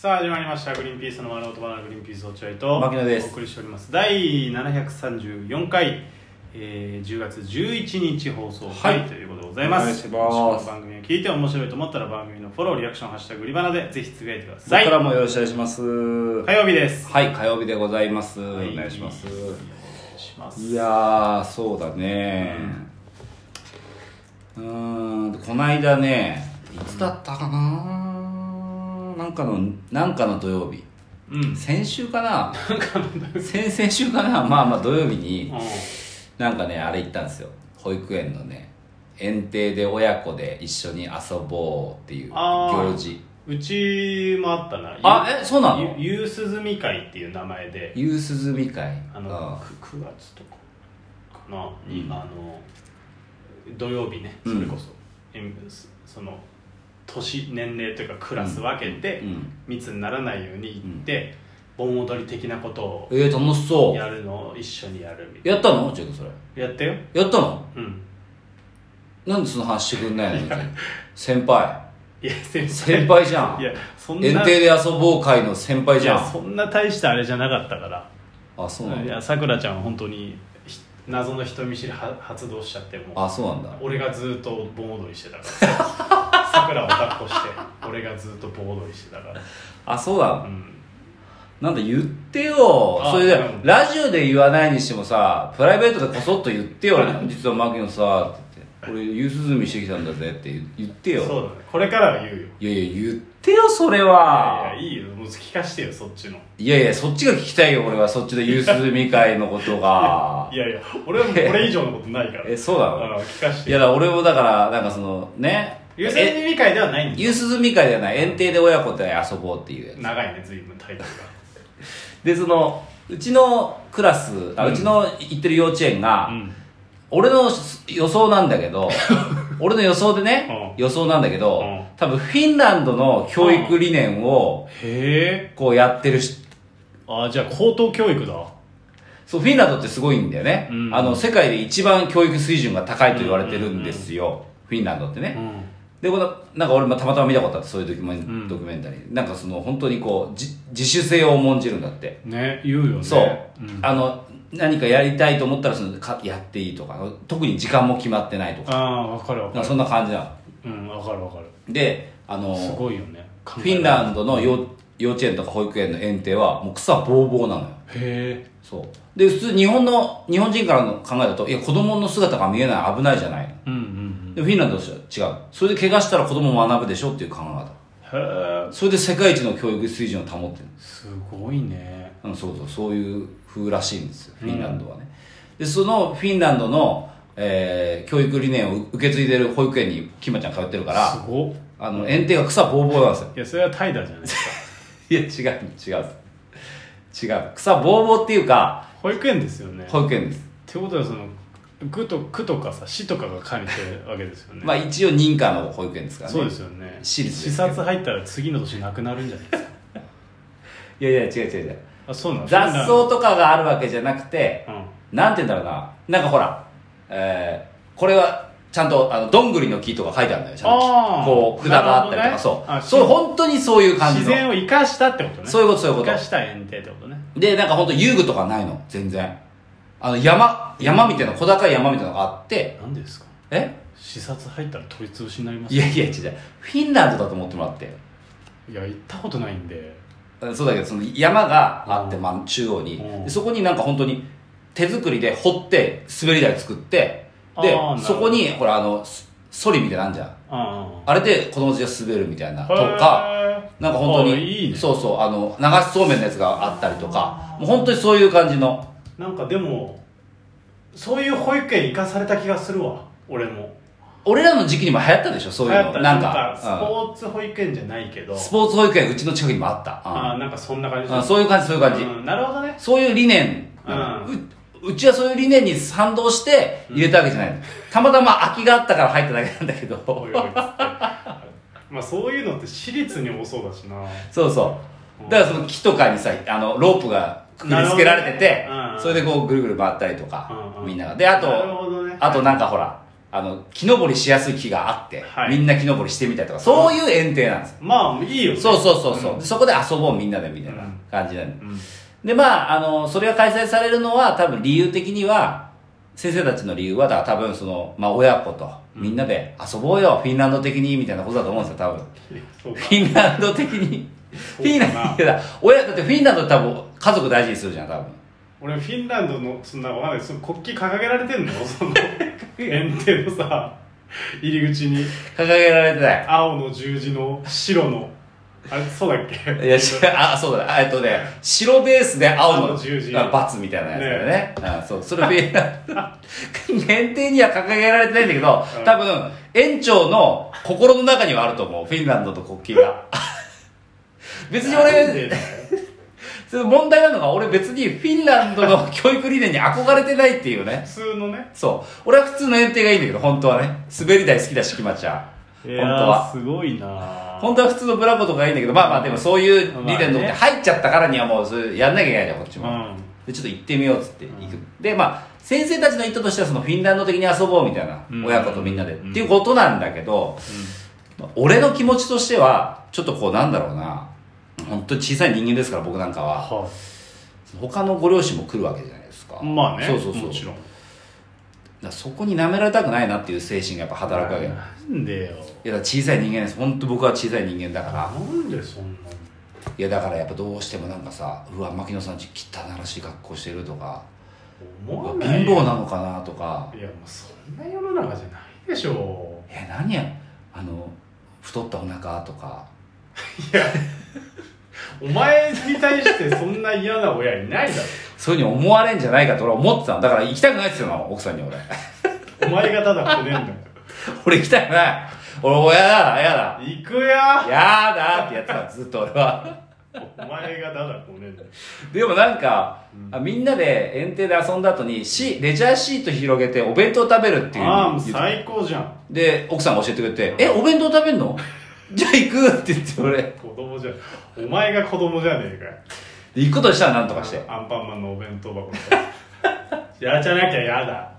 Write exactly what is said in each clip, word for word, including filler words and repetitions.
さあ始まりましたグリーンピースの丸言葉のグリーンピース落合と牧野ですお送りしておりますだいななひゃくさんじゅうよんかい、えー、じゅうがつじゅういちにち放送回、はい、ということでございます。 お願いします。 この番組を聞いて面白いと思ったら番組のフォローリアクションハッシュタググリバナでぜひつぶやいてください。 ここからもよろしくお願いします。 火曜日です。 はい、火曜日でございます、はい、お願いします。お願いします。いやーそうだね、うん、うーんこの間ねいつだったかな、なんかのなんかの土曜日、うん、先週かな先々週かな、まあまあ土曜日に、うん、なんかねあれ行ったんですよ、保育園のね園庭で親子で一緒に遊ぼうっていう行事。 うちもあったな。 あ、え、そうなの？ ゆうすずみ会っていう名前で、 ゆうすずみ会、 あのくがつとかかなに、うん、あの土曜日ね、それこそ、うん、その年年齢というかクラス分けて、うん、密にならないように行って、うん、盆踊り的なことをえー、楽しそうやるのを一緒にやるみたいな。 やったの？ジェイクそれやったよ。 やったの？ うん。 なんでその話してくんないの？先輩。 いや先輩先輩じゃん。 いやそんな園庭で遊ぼう会の先輩じゃん。 いやそんな大したあれじゃなかったから。 あ、そうなんだ。 いやさくらちゃんは本当に謎の人見知り発動しちゃってもう。 あ、そうなんだ。 俺がずっと盆踊りしてたからさくらを抱っこして俺がずっと盆踊りしてたから。 あ、そうなの、うん、なんだ言ってよ。それで、うん、ラジオで言わないにしてもさ、プライベートでこそっと言ってよ実は牧野さって俺夕涼みしてきたんだぜって言ってよ。 そうだね、これからは言うよ。 いやいや言ってよそれは。 いやいやいいよ、もう聞かしてよそっちの。 いやいやそっちが聞きたいよ俺は、そっちの夕涼み会のことがいやいや俺はもうこれ以上のことないからえそうなの？ あ聞かして。 いやだ俺もだからなんかそのね夕涼み会ではないんだ。 夕涼み会ではない、園庭で親子で遊ぼうっていうやつ。 長いね随分タイトルがでそのうちのクラス、あ、うん、うちの行ってる幼稚園が、うん、俺の予想なんだけど俺の予想でね、うん、予想なんだけど、うん、多分フィンランドの教育理念を、うん、へこうやってるし、 あ、じゃあ高等教育だ。 そう、フィンランドってすごいんだよね、うん、あの世界で一番教育水準が高いと言われてるんですよ、うんうんうん、フィンランドってね、うん、でこのなんか俺もたまたま見たことあって、そういうドキュメン、うん、ドキュメンタリーなんかその本当にこうじ自主性を重んじるんだってね、言うよね。 そう、うん、あの何かやりたいと思ったらそのかやっていいとか、特に時間も決まってないとか。 ああ、分かる分かる。 そんな感じなの。 うん、分かる分かる。 で、あのすごいよね。 フィンランドの幼、幼稚園とか保育園の園庭はもう草ぼうぼうなのよ。 へえ。 そうで普通日本の日本人からの考えだと、いや子供の姿が見えない、危ないじゃないの、うんうんうん、でフィンランドとしては違う。それで怪我したら子供も学ぶでしょっていう考え方。へえ。それで世界一の教育水準を保ってる。 すごいね。 うん、そうそう、そういう風らしいんですよフィンランドはね、うん、でそのフィンランドの、えー、教育理念を受け継いでる保育園にキマちゃん通ってるから、 すごっ。 あの園庭が草ぼうぼうなんですよ。 いやそれは怠惰じゃないですかいや違う違う違う、草ぼうぼうっていうか保育園ですよね。 保育園です。 ってことはその区と区とかさ市とかが兼ねてるわけですよねまあ一応認可の保育園ですからね。 そうですよね。 私立です。 視察入ったら次の年なくなるんじゃないですかいやいや違う違う違う。 あ、そうなん雑草とかがあるわけじゃなくて、うん、なんて言うんだろうな、なんかほら、えー、これはちゃんとあのどんぐりの木とか書いてあるんだよ、ちゃんとこう札があったりとか、ね、そうそう、本当にそういう感じの自然を生かしたってことね。 そういうことそういうこと、 生かした園庭ってことね。 でなんか本当遊具とかないの全然。あの山山みたいな小高い山みたいなのがあって。 何ですか？ え視察入ったら取り潰しになります、 ね、いやいや違う、フィンランドだと思ってもらって。 いや行ったことないんで。 そうだけどその山があって、まあ、中央に、でそこになんか本当に手作りで掘って滑り台作って、でそこにほらあのソリみたいなのあんじゃん、あ, あれで子供たちが滑るみたいなとか、なんか本当にいい、ね、そうそう、あの流しそうめんのやつがあったりとか、もう本当にそういう感じの。 なんかでもそういう保育園行かされた気がするわ俺も。 俺らの時期にも流行ったでしょそういうの。 なんかスポーツ保育園じゃないけど、 スポーツ保育園うちの近くにもあった、 うん、あなんかそんな感じ、 うん、そういう感じそういう感じ、 うん、なるほどね。 そういう理念、うん、う, うちはそういう理念に賛同して入れたわけじゃない、うん、たまたま空きがあったから入っただけなんだけどおいおいまあそういうのって私立にもそうだしな。 そうそう、だからその木とかにさあのロープがくくりつけられてて、ね、うん、それでこうぐるぐる回ったりとか、うんうん、みんながで、あと、ね、あとなんかほらあの木登りしやすい木があって、はい、みんな木登りしてみたりとかそういう園庭なんですよ。 まあいいよね。 そうそうそうそう、うん、そこで遊ぼうみんなでみたいな感じなんで、うんうん、でまああのそれが開催されるのは多分理由的には先生たちの理由はだから多分その、まあ、親子とみんなで遊ぼうよ、うん、フィンランド的にみたいなことだと思うんですよ多分。フィンランド的にフィンランドだ親だってフィンランドって多分家族大事にするじゃん多分。 俺フィンランドのそんなわかんないその国旗掲げられてんのその園庭のさ入り口に掲げられてない。 青の十字の白のあれそうだっけ。 いやあそうだえっとね白ベースで青の十字バツみたいなやつだよね。ねあそうそれフィンランド園庭には掲げられてないんだけど多分園長の心の中にはあると思うフィンランドと国旗が別に俺問題なのが俺別にフィンランドの教育理念に憧れてないっていうね。 普通のね。 そう俺は普通の園庭がいいんだけど本当はね滑り台好きだし決まっちゃう本当はすごいな本当は普通のブラコとかいいんだけどまあまあでもそういう理念のって入っちゃったからにはもうそれやんなきゃいけないじゃんこっちも、うん、でちょっと行ってみようっつって行く、うん、でまあ先生たちの意図としてはそのフィンランド的に遊ぼうみたいな、うん、親子とみんなで、うん、っていうことなんだけど、うん、俺の気持ちとしてはちょっとこうなんだろうな本当に小さい人間ですから僕なんかは、はい、他のご両親も来るわけじゃないですか。 まあねそうそうそうもちろんだそこに舐められたくないなっていう精神がやっぱ働くわけ。 なんでよ。 いやだ小さい人間です。本当僕は小さい人間だから。 なんでそんな。 いやだからやっぱどうしてもなんかさうわ牧野さんち汚らしい格好してるとか思わない貧乏なのかなとか。 いやもうそんな世の中じゃないでしょ。 え何やあの太ったお腹とか。 いやお前に対してそんな嫌な親いないだろ。 そういうふうに思われんじゃないかと俺は思ってたの。だから行きたくないっすよ奥さんに俺お前がただ来ねえんだよ俺行きたくない俺親だ嫌だ行くややだってやってたずっと俺はお前がただ来ねえんだよでもなんか、うん、みんなで園庭で遊んだ後にシレジャーシート広げてお弁当食べるっていう。 ああ最高じゃん。 で奥さんが教えてくれてえお弁当食べんのじゃあ行くって言って俺子供じゃお前が子供じゃねえかよ。 で行くことしたらなんとかしてアンパンマンのお弁当箱やじゃなきゃやだ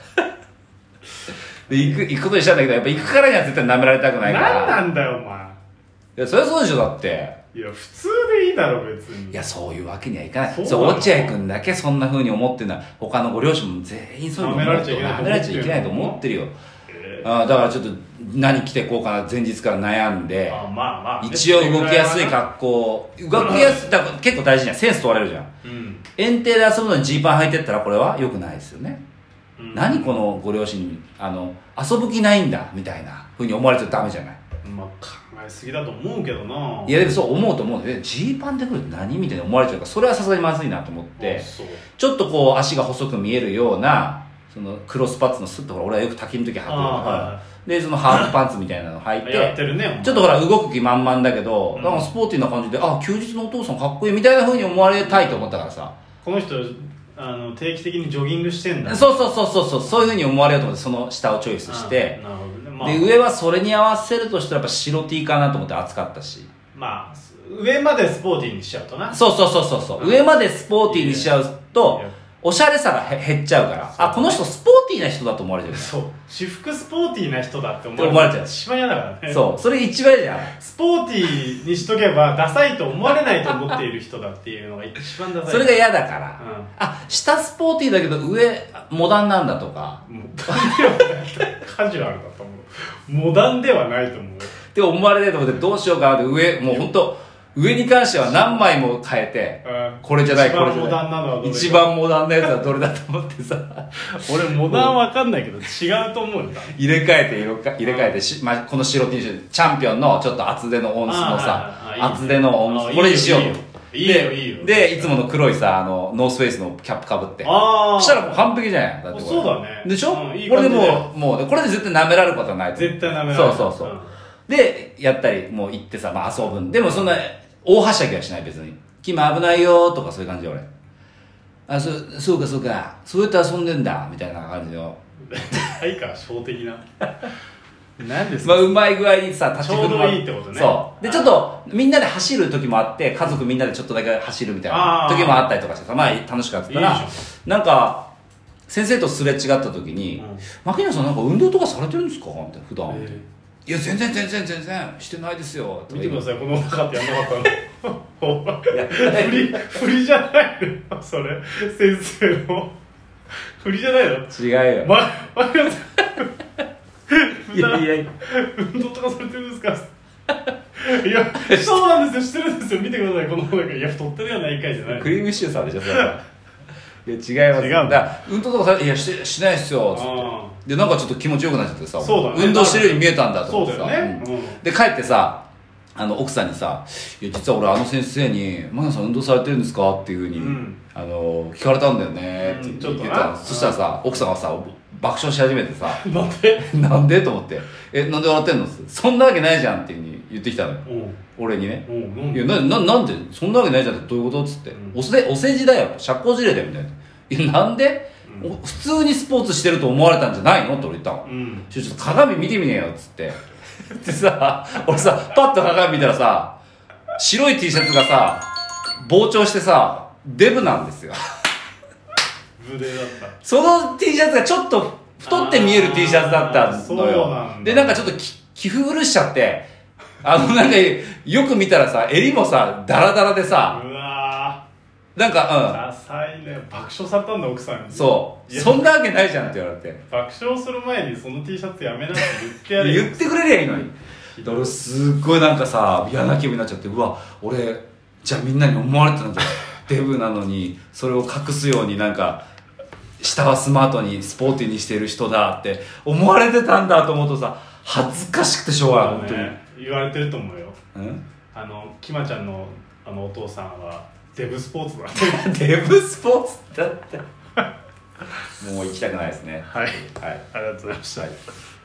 で行く行くことにしたんだけどやっぱ行くからには絶対舐められたくないから何なんだよお前。 いやそりゃそうでしょだって。 いや普通でいいだろ別に。 いやそういうわけにはいかない。そうそう落合君だけそんな風に思ってるのは他のご両親も全員そういうの舐められちゃいけない舐められちゃいけないと思ってるよ。あだからちょっと何着てこうかな前日から悩んであ、まあまあ、 一応動きやすい格好動きやすいだから結構大事じゃんセンス問われるじゃん、うん、園庭で遊ぶのにジーパン履いてったらこれは良くないですよね、うん、何このご両親あの遊ぶ気ないんだみたいな風に思われちゃダメじゃない。 まあ考えすぎだと思うけどな。 いやでもそう思うと思うでジーパンで来るって何みたいに思われちゃうからそれはさすがにまずいなと思ってちょっとこう足が細く見えるようなそのクロスパッツのスッとほら俺はよく焚きの時履くから、はい、でそのハーフパンツみたいなの履いてやってるねちょっとほら動く気満々だけど、うん、なんかスポーティーな感じであ休日のお父さんかっこいいみたいな風に思われたいと思ったからさこの人あの定期的にジョギングしてんだ、ね、 そうそうそうそうそうそういう風に思われようと思ってその下をチョイスしてなるほど、ねまあ、で上はそれに合わせるとしたらやっぱ白 T かなと思って暑かったしまあ上までスポーティーにしちゃうとなそうそうそうそうそう、うん、上までスポーティーにしちゃうとおしゃれさが減っちゃうからあこの人スポーティーな人だと思われてるそう私服スポーティーな人だって思われちゃう一番嫌だからねそうそれ一番嫌じゃんスポーティーにしとけばダサいと思われないと思っている人だっていうのが一番ダサいそれが嫌だから、うん、あ下スポーティーだけど上モダンなんだとかモダンではないカジュアルだと思うモダンではないと思うって思われないと思ってどうしようかなって上もう本当上に関しては何枚も変えて、うん、これじゃないこれじゃない一番モダンなのはどれ一番モダンなやつはどれだと思ってさ俺モダンわかんないけど違うと思うんだ入れ替えて色か入れ替えてし、まあ、この白 T シャツチャンピオンのちょっと厚手のオンスのさ厚手のオンスこれにしよういいよいいよでいつもの黒いさあのノースフェイスのキャップかぶってそしたらもう完璧じゃないだってそうだねでしょ、 うん、いいこれでもうもうこれで絶対舐められることはない絶対舐められるそうそうそう、うん、でやったりもう行ってさ、まあ、遊ぶんでもそんな大はしゃぎはしない別に君危ないよとかそういう感じで俺あそそうかそうかそうやって遊んでんだみたいな感じのはいから小的な何ですか、 まあ、うまい具合にさ立ち振る舞ちょうどいいってことねそうでちょっとみんなで走る時もあって家族みんなでちょっとだけ走るみたいな時もあったりとかしてさまあ楽しかったらいいなんか先生とすれ違った時に「牧野さんなんか運動とかされてるんですか?」って普段、えー、いや全然全然全然してないですよ」 見てくださいこの中ってやんなかったの振り振りじゃないのそれ先生の振りじゃないの違うよま牧野さんいやいや運動とかされてるんですかいやそうなんですよしてるんですよ見てくださいこの中いや太ってるやないかいじゃないクリームシチューさんでしょそれはいや違います。 違うんだ運動とかさいや し, しないっすよっつってでなんかちょっと気持ちよくなっちゃってさそうだ、ね、 運動してるように見えたんだと思ってさそうだよね、うん、 で帰ってさあの奥さんにさ「いや実は俺あの先生に「牧野さん運動されてるんですか?」っていうふうに、うん、あの聞かれたんだよねって言ってた、うん、そしたらさ奥さんがさ爆笑し始めてさなんでなんでと思って「えなんで笑ってんの?」そんなわけないじゃんっていうふうに言ってきたのよ、 うん俺にね 「 いやなななんでそんなわけないじゃん」ってどういうことっつって、うん、おせお世辞だよ社交辞令だよみたいな「いやなんで、うん、普通にスポーツしてると思われたんじゃないの?」って俺言ったの、うん、ちょっと鏡見てみねえよっつってでさ俺さパッと鏡見たらさ白い T シャツがさ膨張してさデブなんですよブレだったその T シャツがちょっと太って見える T シャツだったのよなんでなんかちょっと着古しちゃってあのなんかよく見たらさ襟もさダラダラでさうわなんかうんダサいね爆笑されたんだ奥さんにそうそんなわけないじゃんって言われて爆笑する前にその T シャツやめなって言ってやれ言ってくれりゃいいのに俺すっごいなんかさ嫌な気分になっちゃってうわ俺じゃあみんなに思われてたんじゃんデブなのにそれを隠すようになんか下はスマートにスポーティーにしてる人だって思われてたんだと思うとさ恥ずかしくてしょうがない、ね、本当に言われてると思うよ、 うん、 あのキマちゃんのあのお父さんはデブスポーツだってデブスポーツだってもう行きたくないですねはい、 はい、 ありがとうございました、 はい